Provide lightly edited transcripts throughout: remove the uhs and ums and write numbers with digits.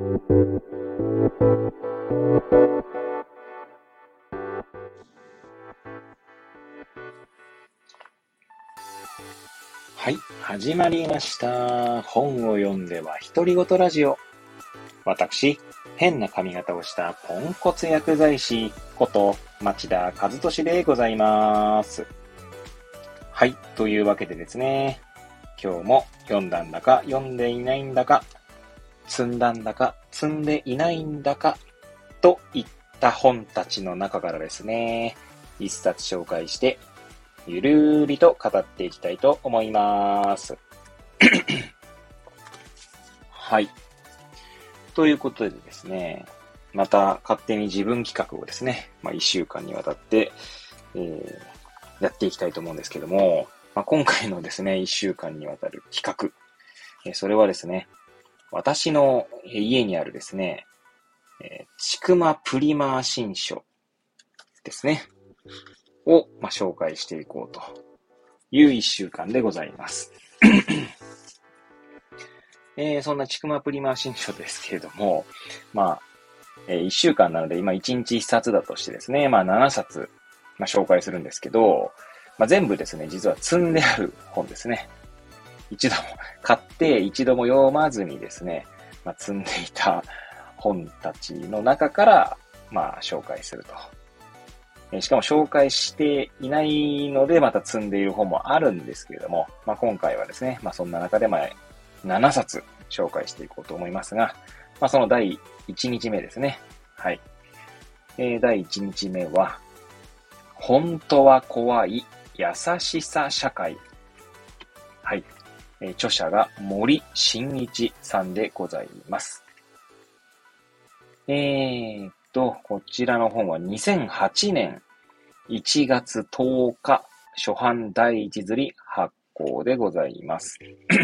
はい、始まりました。本を読んでは独り言ラジオ。私、変な髪型をしたポンコツ薬剤師こと町田和俊でございます。はい、というわけでですね、今日も読んだんだか読んでいないんだか、積んだんだか積んでいないんだかといった本たちの中からですね、一冊紹介してゆるーりと語っていきたいと思います。はい。ということでですね、また勝手に自分企画をですね、1週間にわたって、やっていきたいと思うんですけども、今回のですね、1週間にわたる企画、それはですね、私の家にあるですね、ちくまプリマー新書ですね、を、紹介していこうという1週間でございます。そんなちくまプリマー新書ですけれども、1週間なので今1日1冊だとしてですね、7冊、紹介するんですけど、全部ですね、実は積んである本ですね。一度も買って一度も読まずにですね、積んでいた本たちの中から、紹介すると。しかも紹介していないので、また積んでいる本もあるんですけれども、今回はですね、そんな中で7冊紹介していこうと思いますが、その第1日目ですね。はい。第1日目は、本当は怖い優しさ社会。はい。著者が森進一さんでございます。こちらの本は2008年1月10日、初版第一釣り発行でございます。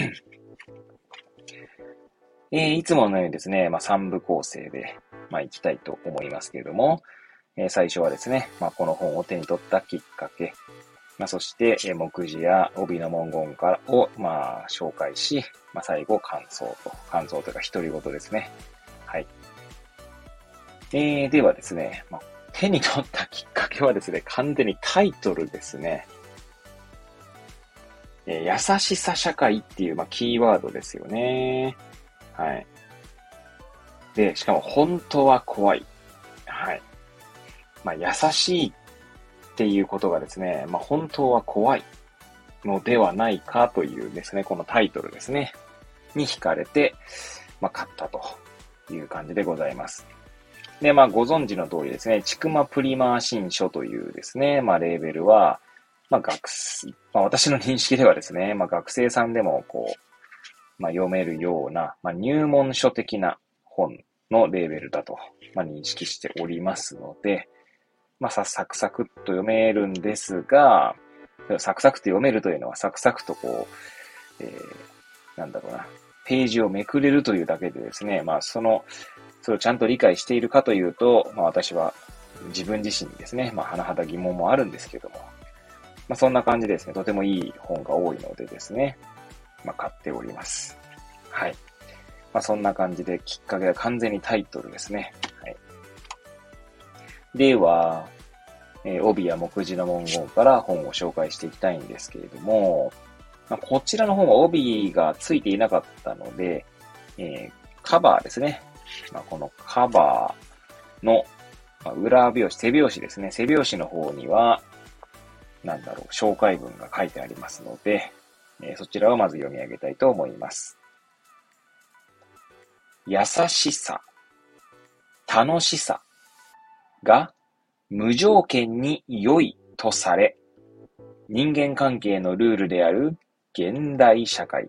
いつものようにですね、3部構成で、いきたいと思いますけれども、最初はですね、この本を手に取ったきっかけ、そして、目次や帯の文言からを、紹介し、最後、感想というか、独り言ですね。はい。ではですね、手に取ったきっかけはですね、完全にタイトルですね。優しさ社会っていう、キーワードですよね。はい。で、しかも本当は怖い。はい。優しいっていうことがですね、本当は怖いのではないかというですね、このタイトルですね、に惹かれて、買ったという感じでございます。で、ご存知の通りですね、ちくまプリマー新書というですね、レーベルは、私の認識ではですね、学生さんでも読めるような、入門書的な本のレーベルだと、認識しておりますので、サクサクっと読めるんですが、サクサクと読めるというのはサクサクとページをめくれるというだけでですね、それをちゃんと理解しているかというと、私は自分自身にですね、甚だ疑問もあるんですけども、そんな感じでですね、とてもいい本が多いのでですね、買っております。はい。そんな感じできっかけは完全にタイトルですね。はい。では、帯や目次の文言から本を紹介していきたいんですけれども、こちらの本は帯がついていなかったので、カバーですね。このカバーの裏表紙、背表紙ですね。背表紙の方には、紹介文が書いてありますので、そちらをまず読み上げたいと思います。優しさ、楽しさが無条件に良いとされ、人間関係のルールである現代社会。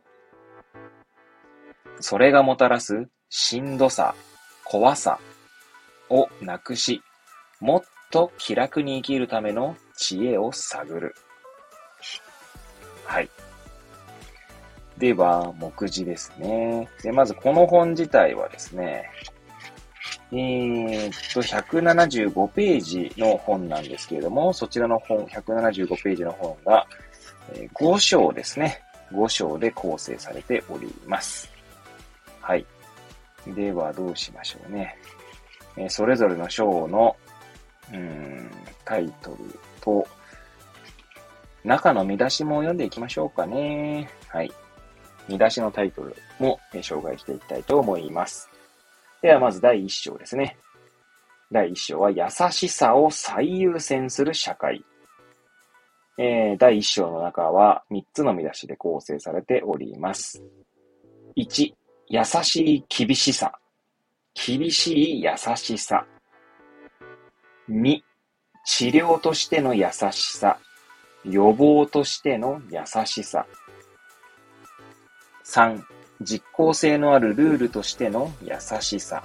それがもたらすしんどさ、怖さをなくし、もっと気楽に生きるための知恵を探る。はい。では、目次ですね。で、まずこの本自体はですね、175ページの本なんですけれども、そちらの本、175ページの本が、5章ですね。5章で構成されております。はい。 ではどうしましょうね。それぞれの章の、タイトルと、中の見出しも読んでいきましょうかね。はい。見出しのタイトルも紹介していきたいと思います。ではまず第1章ですね。第1章は優しさを最優先する社会。第1章の中は3つの見出しで構成されております。1、優しい厳しさ。厳しい優しさ。2、治療としての優しさ。予防としての優しさ。3、実効性のあるルールとしての優しさ。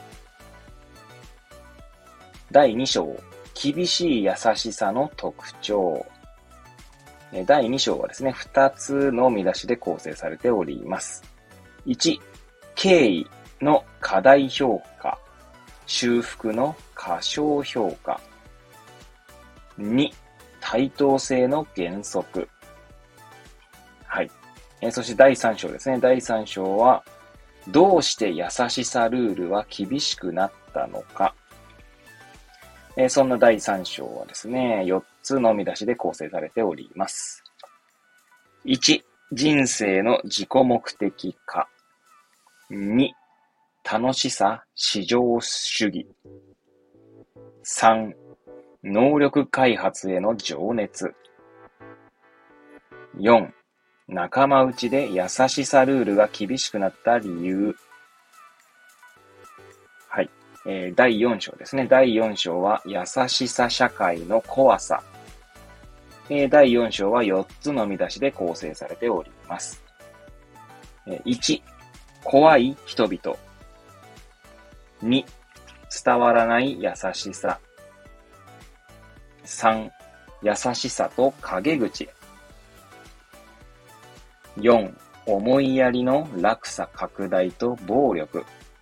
第2章、厳しい優しさの特徴。第2章はですね、2つの見出しで構成されております。1、経緯の過大評価。修復の過小評価。2、対等性の原則。はい。そして第3章ですね。第3章は、どうして優しさルールは厳しくなったのか。そんな第3章はですね、4つの見出しで構成されております。1、人生の自己目的化。2、楽しさ至上主義。3、能力開発への情熱。4、仲間内で優しさルールが厳しくなった理由。はい。第4章ですね。第4章は優しさ社会の怖さ。第4章は4つの見出しで構成されております。1、怖い人々。2、伝わらない優しさ。3、優しさと陰口。4、思いやりの落差拡大と暴力。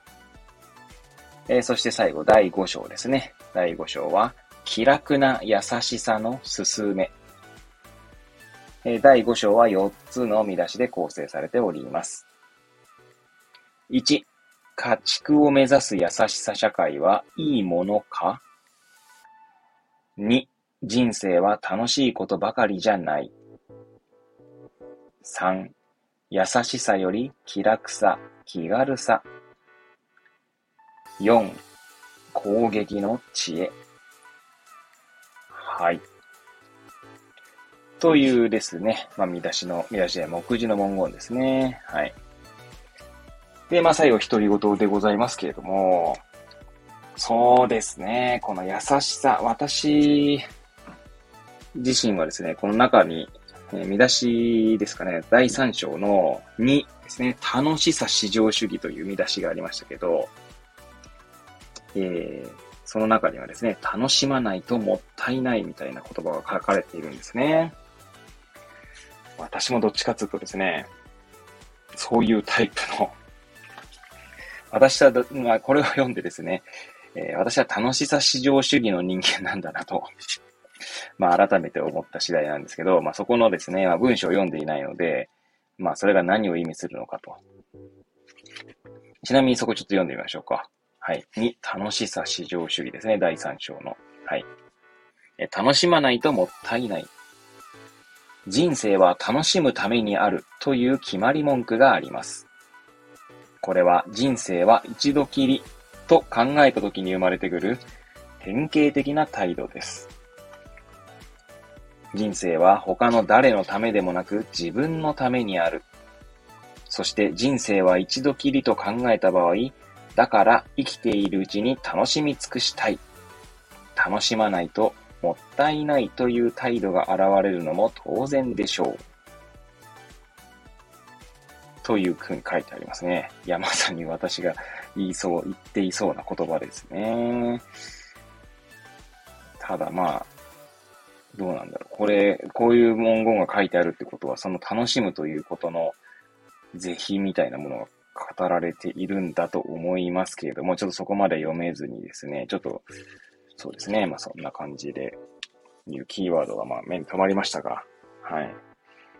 そして最後、第5章ですね。第5章は、気楽な優しさの勧め。第5章は4つの見出しで構成されております。1、家畜を目指す優しさ社会はいいものか？ 2、人生は楽しいことばかりじゃない。3、優しさより気楽さ、気軽さ。4、攻撃の知恵。はい。というですね、見出しで目次の文言ですね。はい。で、最後、独り言でございますけれども、そうですね、この優しさ、私自身はですね、この中に、見出しですかね、第3章の2ですね、楽しさ至上主義という見出しがありましたけど、その中にはですね、楽しまないともったいないみたいな言葉が書かれているんですね。私もどっちかというとですね、そういうタイプの、私は、これを読んでですね、私は楽しさ至上主義の人間なんだなと、改めて思った次第なんですけど、そこのですね、文章を読んでいないので、それが何を意味するのかと。ちなみにそこちょっと読んでみましょうか。はい。2、楽しさ至上主義ですね。第3章の。はい。楽しまないともったいない。人生は楽しむためにあるという決まり文句があります。これは人生は一度きりと考えた時に生まれてくる典型的な態度です。人生は他の誰のためでもなく自分のためにある。そして人生は一度きりと考えた場合、だから生きているうちに楽しみ尽くしたい。楽しまないともったいないという態度が現れるのも当然でしょう。というふうに書いてありますね。いや、まさに私が言っていそうな言葉ですね。ただどうなんだろう。こういう文言が書いてあるってことは、その楽しむということの是非みたいなものが語られているんだと思いますけれども、ちょっとそこまで読めずにですね、ちょっと、そうですね、そんな感じで、いうキーワードが目に留まりましたが、はい。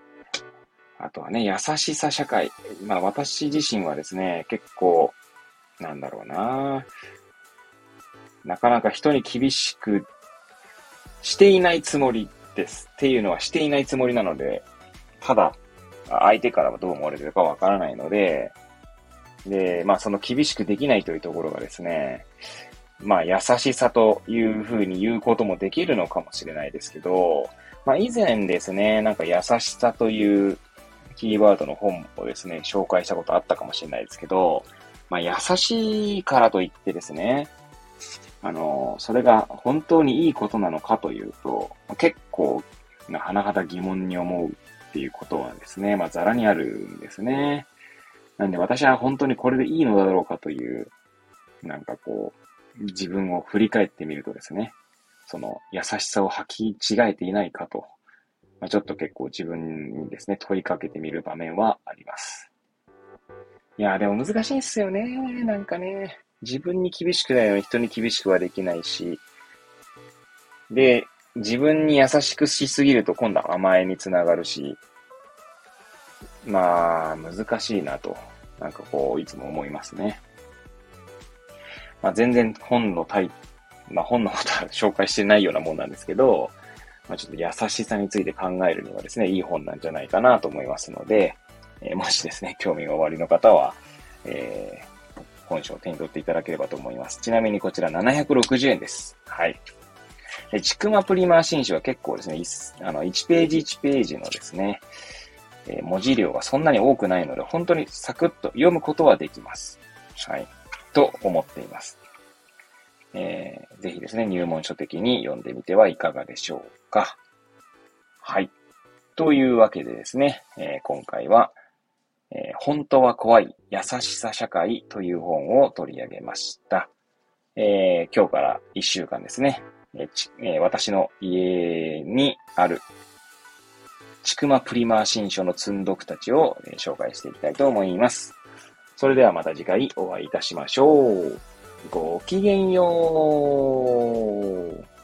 あとはね、優しさ社会。私自身はですね、結構、 なんだろうな。なかなか人に厳しくしていないつもりです。っていうのはしていないつもりなので、ただ、相手からはどう思われてるかわからないので、で、まあその厳しくできないというところがですね、まあ優しさというふうに言うこともできるのかもしれないですけど、まあ以前ですね、なんか優しさというキーワードの本をですね、紹介したことあったかもしれないですけど、まあ優しいからといってですね、それが本当にいいことなのかというと、結構、甚だ疑問に思うっていうことはですね、まあ、ざらにあるんですね。なんで私は本当にこれでいいのだろうかという、なんかこう、自分を振り返ってみるとですね、その優しさを履き違えていないかと、まあ、ちょっと結構自分にですね、問いかけてみる場面はあります。いやーでも難しいんですよね、なんかね。自分に厳しくないのに人に厳しくはできないし、で、自分に優しくしすぎると今度は甘えにつながるし、まあ、難しいなと、なんかこう、いつも思いますね。まあ、全然本のことは紹介してないようなもんなんですけど、まあ、ちょっと優しさについて考えるにはですね、いい本なんじゃないかなと思いますので、もしですね、興味がおありの方は、本書を手に取っていただければと思います。ちなみにこちら760円です。はい。ちくまプリマー新書は結構ですね、1ページ1ページのですね、文字量がそんなに多くないので、本当にサクッと読むことはできます。はい。と思っています。ぜひですね、入門書的に読んでみてはいかがでしょうか。はい。というわけでですね、今回は、本当は怖い優しさ社会という本を取り上げました。今日から1週間ですね、私の家にあるちくまプリマー新書の積読たちを、紹介していきたいと思います。それではまた次回お会いいたしましょう。ごきげんよう。